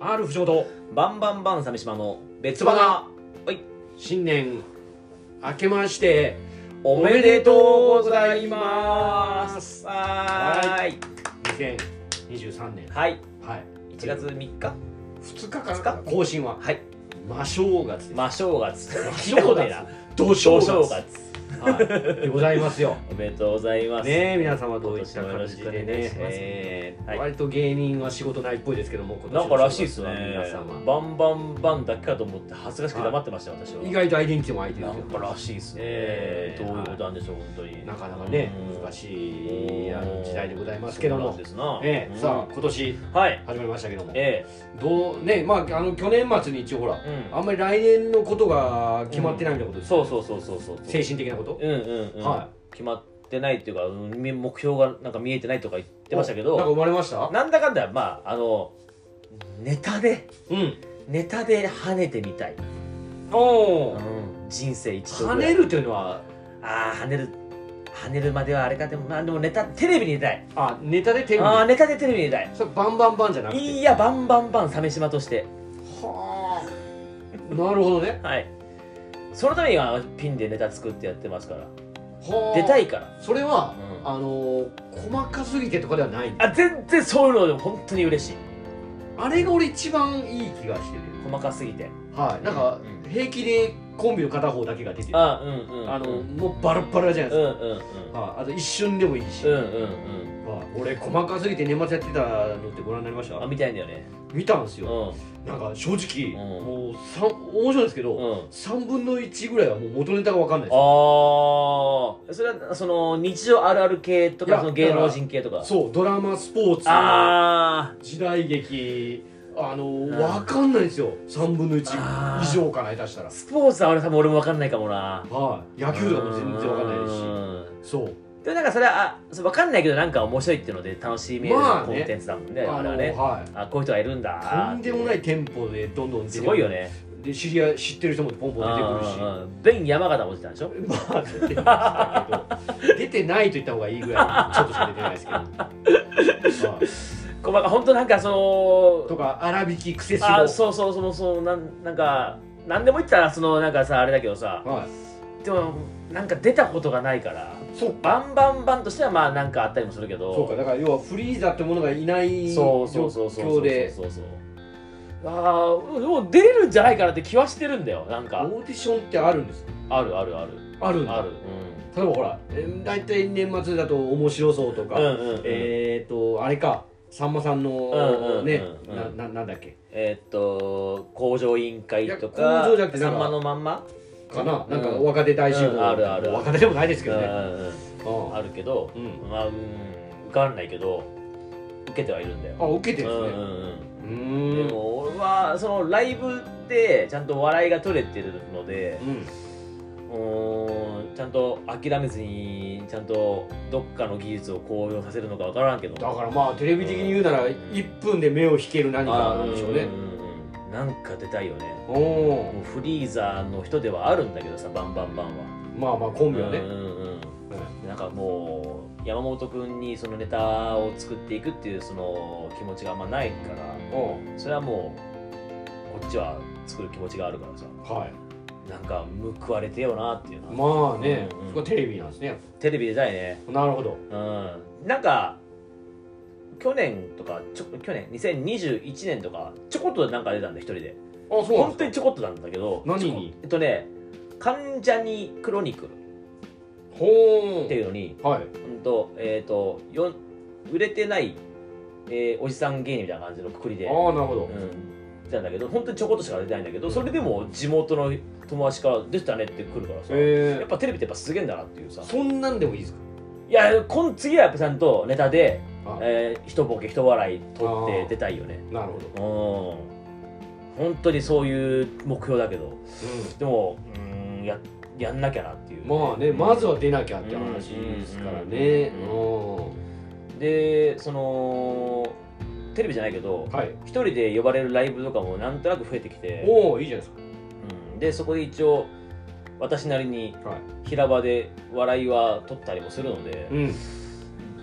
ある藤本バンバンバン鮫島の別花。はい、 新年明けましておめでとうございます。はーい。 2023年はい。 はい、 1月3日 2日かな、更新ははい真正月です。 真正月。 真正月土正月でございますよ。 おめでとうございます。 ねえ、皆様どういった形でね、割と芸人は仕事ないっぽいですけども、 なんからしいですね。 皆様バンバンバンだけかと思って恥ずかしく黙ってました私は。 意外とアイデンティティも空いてるなんからしいですね。どういうことなんでしょう本当に。 なかなかね難しい時代でございますけども。さあ今年始まりましたけども、どうね、まあ去年末に一応ほらあんまり来年のことが決まってないみたいなことです。 そう精神的なこと。 決まってないっていうか目標がなんか見えてないとか言ってましたけど、 なんか生まれました。 なんだかんだまあネタで跳ねてみたい。人生一度跳ねるというのは跳ねるまではあれか。でもネタテレビに出たい。 ネタでテレビ。 ネタでテレビに出たい。 それバンバンバンじゃなくて。 いやバンバンバン鮫島として。 はあ、なるほどね。 はい。そのためにはピンでネタ作ってやってますから。出たいから。 それは細かすぎてとかではない。 全然そういうのでも本当に嬉しい。 あれが俺一番いい気がしてる。 細かすぎて。 はい。なんか平気でコンビの片方だけが出てる。もうバラバラじゃないですか。あと一瞬でもいいし。俺細かすぎて年末やってたのってご覧になりました？ 見たいんだよね。 見たんですよ。なんか正直もう面白いですけど3分の1ぐらいはもう元ネタが分かんないですよ。 それはその日常あるある系とかその芸能人系とか。 そう、ドラマ、スポーツ、時代劇、分かんないんですよ。3分の1以上かな、下手したら。 スポーツは多分俺も分かんないかもな。 野球とかも全然分かんないし。そうでもなんかそれは分かんないけどなんか面白いっていうので楽しめるコンテンツだもんね。あれはね、こういう人がいるんだ。 とんでもないテンポでどんどん出てくる。 すごいよね。 で知ってる人もポンポン出てくるし。 ベン山形も出てたんでしょ。 まあ出てましたけど、出てないと言った方がいいぐらいちょっとしか出てないですけど。 本当なんかそのとか粗挽きクセスゴ。 そうなんか何でも言ったらなんかさあれだけどさ。でもなんか出たことがないから。バンバンバンとしてはまあなんかあったりもするけど。 そうか、だから要はフリーザってものがいない状況で。 もう出れるんじゃないかなって気はしてるんだよ。なんかオーディションってあるんですか？ ある。 例えばほら大体年末だと面白そうとか、あれか、さんまさんのね、なんだっけ、 向上委員会とかさんまのまんまかな、なんか若手大集合、若手でもないですけどね、 あるけど、まあ受かんないけど受けてはいるんだよ。 受けてるんですね。 でも俺はそのライブでちゃんと笑いが取れてるので、ちゃんと諦めずにちゃんとどっかの技術を向上させるのか分からんけど、 だからまあテレビ的に言うなら1分で目を引ける何かなんでしょうね。 なんか出たいよね。もうフリーザの人ではあるんだけどさ、バンバンバンはまあコンビはね、 なんかもう山本君にそのネタを作っていくっていうその気持ちがあんまないから、それはもうこっちは作る気持ちがあるからさ、なんか報われてよなっていうのは。 まあね、そこはテレビなんですね。 テレビ出たいね。 なるほど。 なんか去年とか去年2021年とかちょこっとなんか出たんだ一人で。本当にちょこっとなんだけど。 何に？ 関ジャニクロニクルっていうのに、売れてないおじさん芸人みたいな感じのくくりで。なるほど。なんだけど本当にちょこっとしか出てないんだけど、それでも地元の友達から出てたねって来るからさ、やっぱテレビってやっぱすげえんだなっていうさ。そんなんでもいいですか？いや次はやっぱちゃんとネタで一ボケ一笑い取って出たいよね。なるほど。本当にそういう目標だけど、でもやんなきゃなっていう。まあね、まずは出なきゃって話ですからね。でテレビじゃないけど一人で呼ばれるライブとかもなんとなく増えてきて、いいじゃないですか。でそこで一応私なりに平場で笑いは取ったりもするので、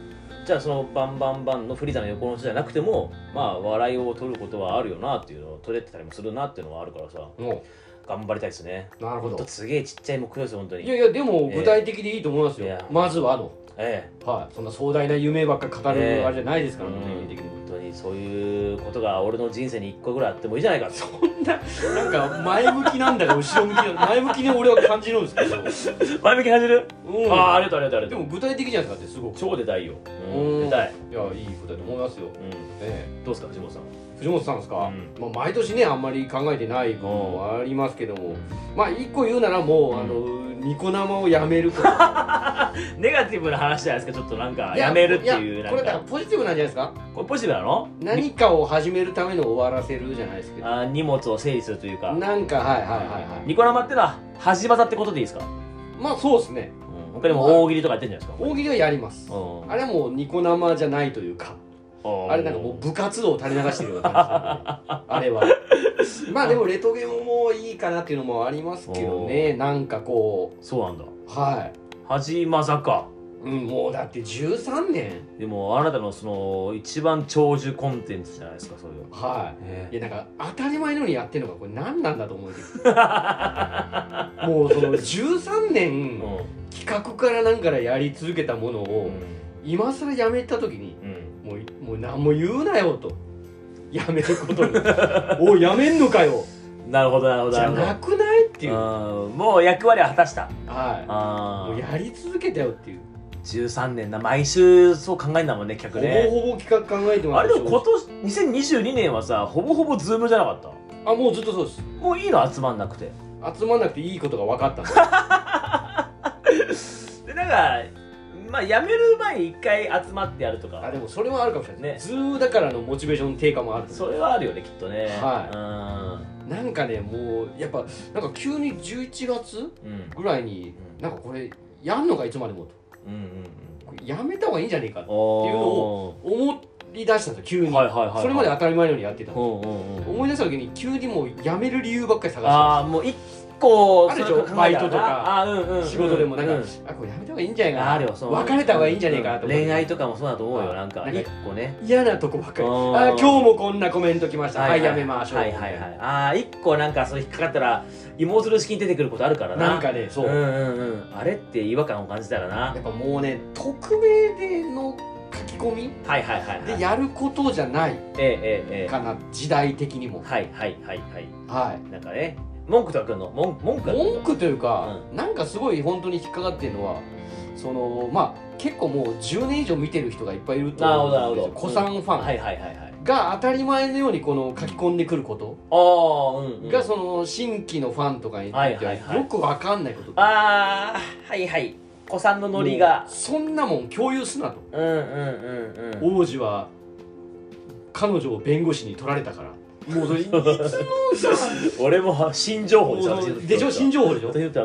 じゃあそのバンバンバンのフリーザの横の人じゃなくてもまあ笑いを取ることはあるよなっていうのを取れてたりもするなっていうのはあるからさ、頑張りたいですね。なるほど。すげえちっちゃい目標ですよ本当に。いやいやでも具体的でいいと思いますよ。まずははい、そんな壮大な夢ばっかり語るあれじゃないですからね。本当にそういうことが俺の人生に1個ぐらいあってもいいじゃないか。そんななんか前向きなんだか後ろ向き前向きに俺は感じるんですけど。前向き感じる？ありがとうありがとうありがとう。でも具体的じゃないですかってすごく超出たいよ。出たい。いやいいことだと思いますよ。どうですか藤本さん。藤本さんですか、まあ毎年ねあんまり考えてない部分もありますけども、まあ一個言うならもうニコ生をやめるとネガティブな話じゃないですか。ちょっとなんかやめるっていうこれだからポジティブなんじゃないですか。これポジティブなの？何かを始めるための終わらせるじゃないですけど、荷物を整理するというかなんかはいはいはいはい。ニコ生ってのは始まったってことでいいですか？まあそうですね。他にも大喜利とかやってんじゃないですか。大喜利はやります。あれはもうニコ生じゃないというか、あれなんかもう部活動を垂れ流してるような感じなんであれはまあでもレトゲももういいかなっていうのもありますけどね。なんかこうそうなんだ。はい始まざか。もうだって13年でもあなたのその一番長寿コンテンツじゃないですかそれは。はいいやなんか当たり前のようにやってるのがこれ何なんだと思うけどもうその13年企画からなんからやり続けたものを今更やめた時にもう何も言うなよと。やめることにおいやめんのかよ。なるほどなるほど。じゃなくないっていう。もう役割は果たした。はいもうやり続けたよっていう。13年な毎週そう考えんだもんね企画ね。ほぼほぼ企画考えてます。あれでも今年2022年はさほぼほぼズームじゃなかった？あもうずっとそうです。もういいの集まんなくて。集まんなくていいことが分かったんでなんかまあ辞める前に一回集まってやるとか。あでもそれはあるかもしれないね。ズームだからのモチベーション低下もある。それはあるよねきっとね。はいなんかねもうやっぱなんか急に11月ぐらいになんかこれやんのかいつまでもとやめた方がいいんじゃねえかっていうのを思い出したんですよ急に。それまで当たり前のようにやってたの思い出した時に急にもうやめる理由ばっかり探して。ああもうこうあるでしょバイトとか仕事でもなんかあこれやめた方がいいんじゃないかな。あるよ別れた方がいいんじゃないかなと。恋愛とかもそうだと思うよ。なんか一個ね嫌なとこばっかり。あ今日もこんなコメント来ましたはいやめましょう。はいはいはいあ一個なんかそれ引っかかったら芋づる式に出てくることあるからな。なんかねそうあれって違和感を感じたらな。やっぱもうね匿名での書き込みでやることじゃないかな時代的にも。はいはいはいはいなんかね文句とかの文句というか、なんかすごい本当に引っかかってるのはそのまあ結構もう10年以上見てる人がいっぱいいると思うんですよ。古参ファンが当たり前のようにこの書き込んでくることがその新規のファンとかにとってはよくわかんないこと。ああはいはい古参のノリがそんなもん共有すなと。王子は彼女を弁護士に取られたからもういつのさ俺も新情報でしょ。新情報でしょ。これなんか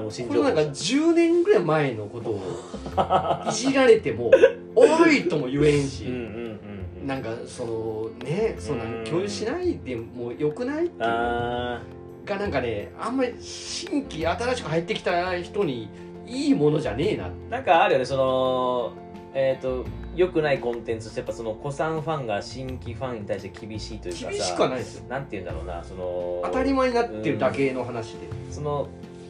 10年ぐらい前のことをいじられてもおいとも言えんしなんかそのねそんな共有しないでもよくないっていうがなんかねあんまり新規新しく入ってきた人にいいものじゃねえな。なんかあるよねその良くないコンテンツとしてやっぱその古参ファンが新規ファンに対して厳しいというかさ厳しくはないですよ。なんて言うんだろうなその当たり前になってるだけの話でその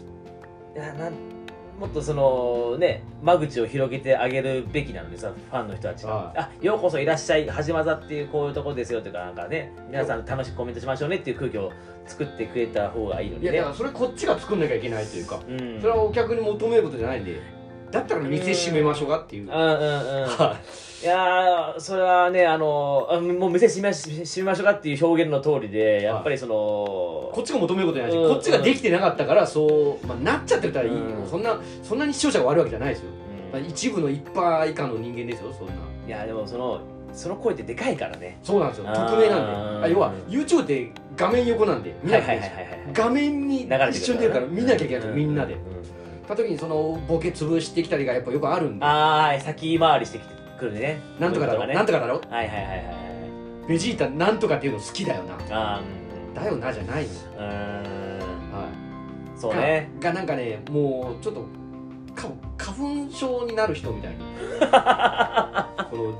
もっとそのね間口を広げてあげるべきなのでさファンの人たちがあようこそいらっしゃいはじまざっていうこういうところですよというかなんかね皆さん楽しくコメントしましょうねっていう空気を作ってくれた方がいいのにね。いやだからそれこっちが作んなきゃいけないというかそれはお客に求めることじゃないんでだったら店閉めましょうかっていう。いやそれはねもう店閉めましょうかっていう表現の通りでやっぱりそのこっちが求めることじゃないしこっちができてなかったからそうなっちゃってたらいいよ。そんなに視聴者が悪いわけじゃないですよ。一部の1%以下の人間ですよそんな。いやでもその声ってでかいからね。そうなんですよ匿名なんで要は YouTube って画面横なんで見なきゃいけない画面に一瞬出るから見なきゃいけないみんなで。た時にそのボケ潰してきたりがやっぱよくあるんで先回りしてくるね。なんとかだろなんとかだろはいはいはいはいベジータなんとかっていうの好きだよなだよなじゃないの。はいそうねがなんかねもうちょっと花粉症になる人みたいにこの10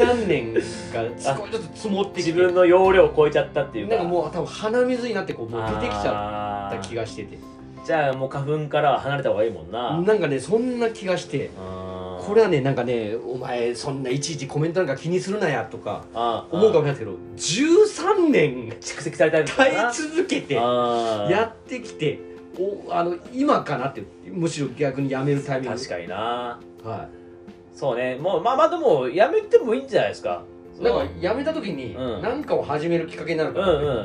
何年が少しずつ積もってきて、 自分の容量を超えちゃったっていうか、 なんかもう多分鼻水になってこうもう出てきちゃった気がしてて、 じゃあもう花粉からは離れた方がいいもんな。 なんかねそんな気がして、これはねなんかねお前そんないちいちコメントなんか気にするなやとか思うかもしれないですけど、13年蓄積された耐え続けてやってきて、今かなって、むしろ逆にやめるタイミング。 確かにな。 はい。 そうね、もうまあでもやめてもいいんじゃないですか。 なんかやめた時に何かを始めるきっかけになるから、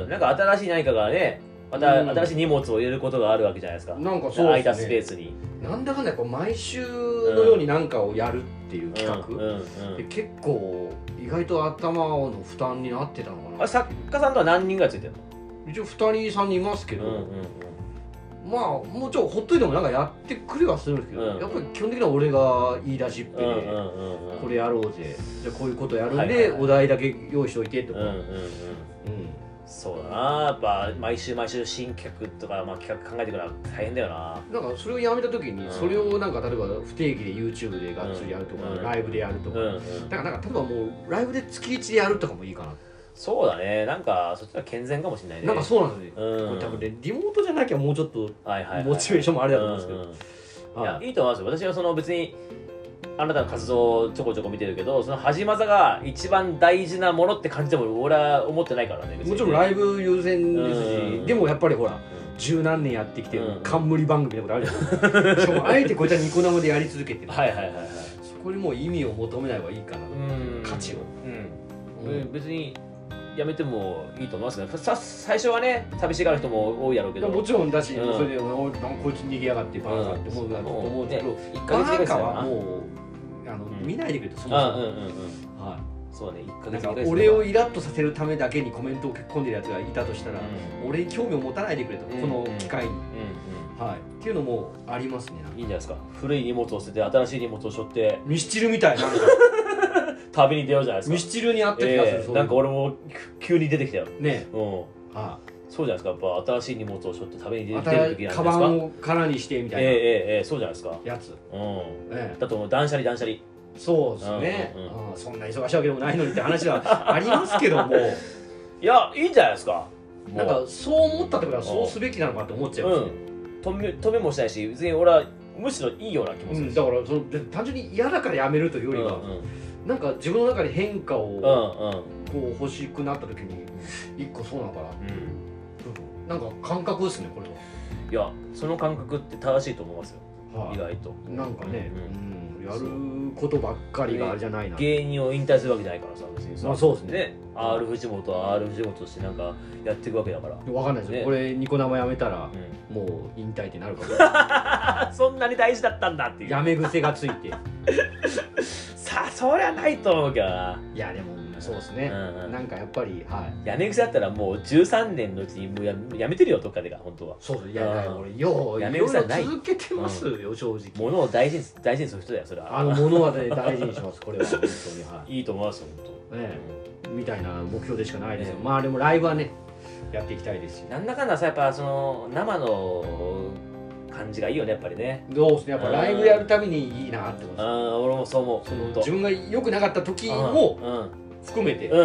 なんか新しい何かがね、また新しい荷物を入れることがあるわけじゃないですか。 なんかそうですね、 空いたスペースになんだかんだやっぱ毎週のように何かをやるっていう企画で結構意外と頭の負担になってたのかな。 作家さんとは何人ぐらいついてるの？ 一応2人3人いますけど、まあもうちょっとほっといてもなんかやってくれはするんですけど、やっぱり基本的には俺が言い出しっぺでこれやろうぜ、じゃあこういうことやるんでお題だけ用意しといてとか。 そうだな、やっぱ毎週毎週新企画とか、まあ、企画考えていくのは大変だよな。 なんかそれをやめた時にそれをなんか例えば不定期で YouTube でがっつりやるとか、ライブでやるとか、だからなんか例えばもうライブで月1でやるとかもいいかな。そうだね、なんかそっちは健全かもしれないね。 なんかそうなんですよ、多分ねリモートじゃなきゃもうちょっとモチベーションもあれだと思うんですけど、いやいいと思いますよ。私はその別にあなたの活動をちょこちょこ見てるけど、その始まざが一番大事なものって感じでも俺は思ってないからね。 もちろんライブ優先ですし、でもやっぱりほら十何年やってきて冠番組のことあるじゃないですか。しかもあえてこういったニコ生でやり続けてる、そこにもう意味を求めない方がいいかな、価値を。別にやめてもいいと思いますね。最初はね寂しがる人も多いやろうけど、 もちろんだし、それでこいつ逃げやがってバカって思うと思うんですけど、1ヶ月はもう見ないでくれと、そもそも。そうね、1ヶ月ぐらい。俺をイラッとさせるためだけにコメントを書き込んでるやつがいたとしたら、俺に興味を持たないでくれと、この機会に。っていうのもありますね。 いいんじゃないですか。古い荷物を捨てて新しい荷物を背負ってミスチルみたいな旅に出ようじゃないですか。 ミスチルにあった気がする。 なんか俺も急に出てきたよね。そうじゃないですか。やっぱ新しい荷物を背負って旅に出る時なんですか。 カバンを空にしてみたいな。 そうじゃないですか。 やつ。 だと断捨離。 そうですね。そんな忙しいわけでもないのにって話はありますけども。 いや、いいんじゃないですか。 なんかそう思ったってことはそうすべきなのかと思っちゃいますね。 止めもしないし、別に俺はむしろいいような気もする。 だから単純に嫌だからやめるというよりは、なんか自分の中に変化をこう欲しくなった時に一個そうなのかな。なんか感覚ですね、これは。 いや、その感覚って正しいと思いますよ、意外と。 なんかね、やることばっかりがあれじゃないな。 芸人を引退するわけじゃないからさ、別にさ。 まあそうですね。 R 藤本は R 藤本としてなんかやっていくわけだから。 わかんないですよ。これニコ生やめたらもう引退ってなるかも。そんなに大事だったんだっていう。 やめ癖がついて。 さあ、そりゃないと思うけどな。 いやでもそうですね。なんかやっぱりやめ癖だったらもう13年のうちにもうやめてるよ、どっかでが本当は。 そうです。いや俺ようやめ癖は続けてますよ、正直。 物を大事にする人だよ、それは。 物はね大事にします、これは本当に。いいと思いますよ、本当。みたいな目標でしかないですよ。まあでもライブはねやっていきたいですし。 なんだかんださ、やっぱその生の感じがいいよね、やっぱりね。 そうですね、やっぱライブやるためにいいなって思います。 俺もそう思う。 自分が良くなかった時も含めて。いや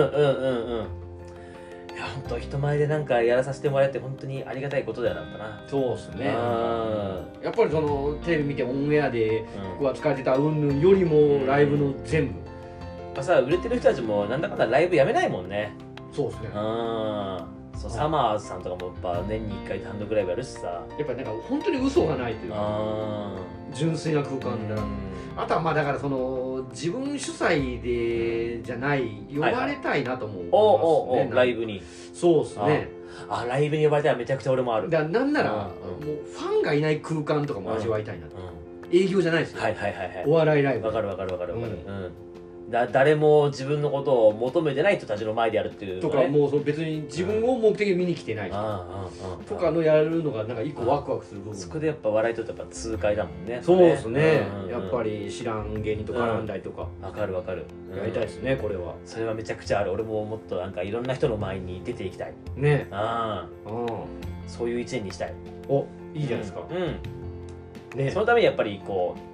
本当人前でなんかやらさせてもらえて本当にありがたいことだよなったな。 そうですね。やっぱりそのテレビ見てオンエアでここは疲れてたうんぬんよりもライブの全部。 やっぱさ、売れてる人たちもなんだかんだライブやめないもんね。 そうですね。 サマーズさんとかもやっぱ年に1回単独ライブやるしさ。 やっぱりなんか本当に嘘がないというか純粋な空間だ。あとはまあだからその自分主催でじゃない呼ばれたいなと思うますね。 ライブに。 そうですね。 ライブに呼ばれたらめちゃくちゃ俺もある。 なんならもうファンがいない空間とかも味わいたいなと。営業じゃないですよ。お笑いライブ。 わかる。誰も自分のことを求めてない人たちの前でやるっていう、 とかもう別に自分を目的に見に来てないとかのやるのがなんか一個ワクワクする部分。 そこでやっぱ笑いとってやっぱ痛快だもんね。 そうですね。やっぱり知らん芸人と絡んだりとか。 わかる。 やりたいですね、これは。 それはめちゃくちゃある。俺ももっとなんかいろんな人の前に出ていきたいね。 そういう一年にしたい。 お、いいじゃないですか。 そのためにやっぱりこう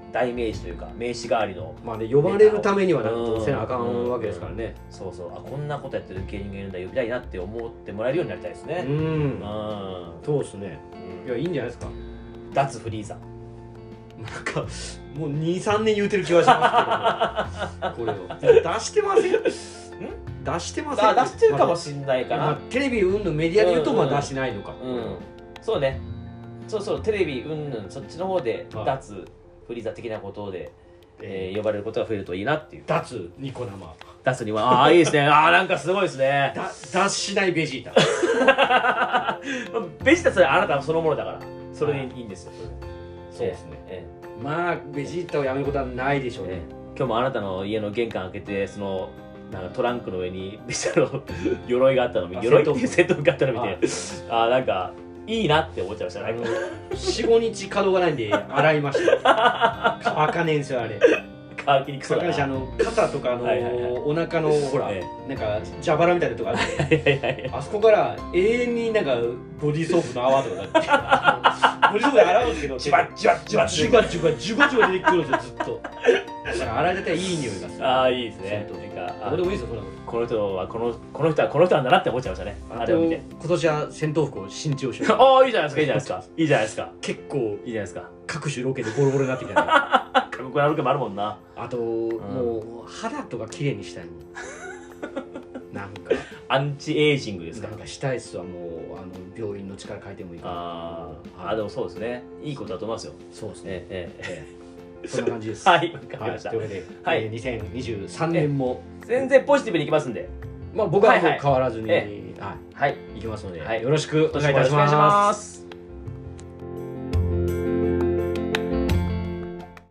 代名詞というか名詞代わりの、 まあね、呼ばれるためにはなんとせなあかんわけですからね。 そうそう、あ、こんなことやってる芸人がいるんだ、呼びたいなって思ってもらえるようになりたいですね。 そうですね。いや、いいんじゃないですか。 脱フリーザ。 なんかもう2、3年言うてる気はしますけど、これを出してません。出してません。 出してるかもしんないかな。 テレビうんぬんメディアで言うとまあ出してないのか。 そうね。そうそう、テレビうんぬんそっちの方で脱フリーザ的なことで呼ばれることが増えるといいなっていう。 脱ニコ生。 脱には、ああいいですね。ああなんかすごいですね。 脱しないベジータ。 ベジータそれあなたそのものだから、それでいいんですよ。 そうですね。まあベジータをやめることはないでしょうね。 今日もあなたの家の玄関開けて、そのなんかトランクの上にベジータの鎧があったの見て、鎧っていう戦闘があったの見て、あなんかいいなって思っちゃいましたね。 4、5日稼働がないんで洗いました。乾かねえんですよあれ。 乾きにくそうだな。 肩とかお腹のほらなんか蛇腹みたいなとこあってあそこから永遠になんかボディーソープの泡とかってボディーソープで洗うんですけどジュバジュバジュバジュバジュバジュバジュバ出てくるんですよずっと。だから洗い方はいい匂いがする。 ああいいですね。 どうでもいいですよそんなこの人はこの人なんだなって思っちゃいましたね。あれを見て。 今年は戦闘服を新調しよう。 ああいいじゃないですか、いいじゃないですか、いいじゃないですか。 結構いいじゃないですか。 各種ロケでボロボロになってきたね。 過酷なロケもあるもんな。 あともう肌とか綺麗にしたいもん。なんかアンチエイジングですか。 なんかしたいっすわ。もう病院の力借りてもいいから。 ああでもそうですね。いいことだと思いますよ。 そうですね。そんな感じです。 はい、わかりました。 というわけで、2023年も全然ポジティブにいきますんで、 まあ僕はもう変わらずにはいいきますので、よろしくお願いいたします。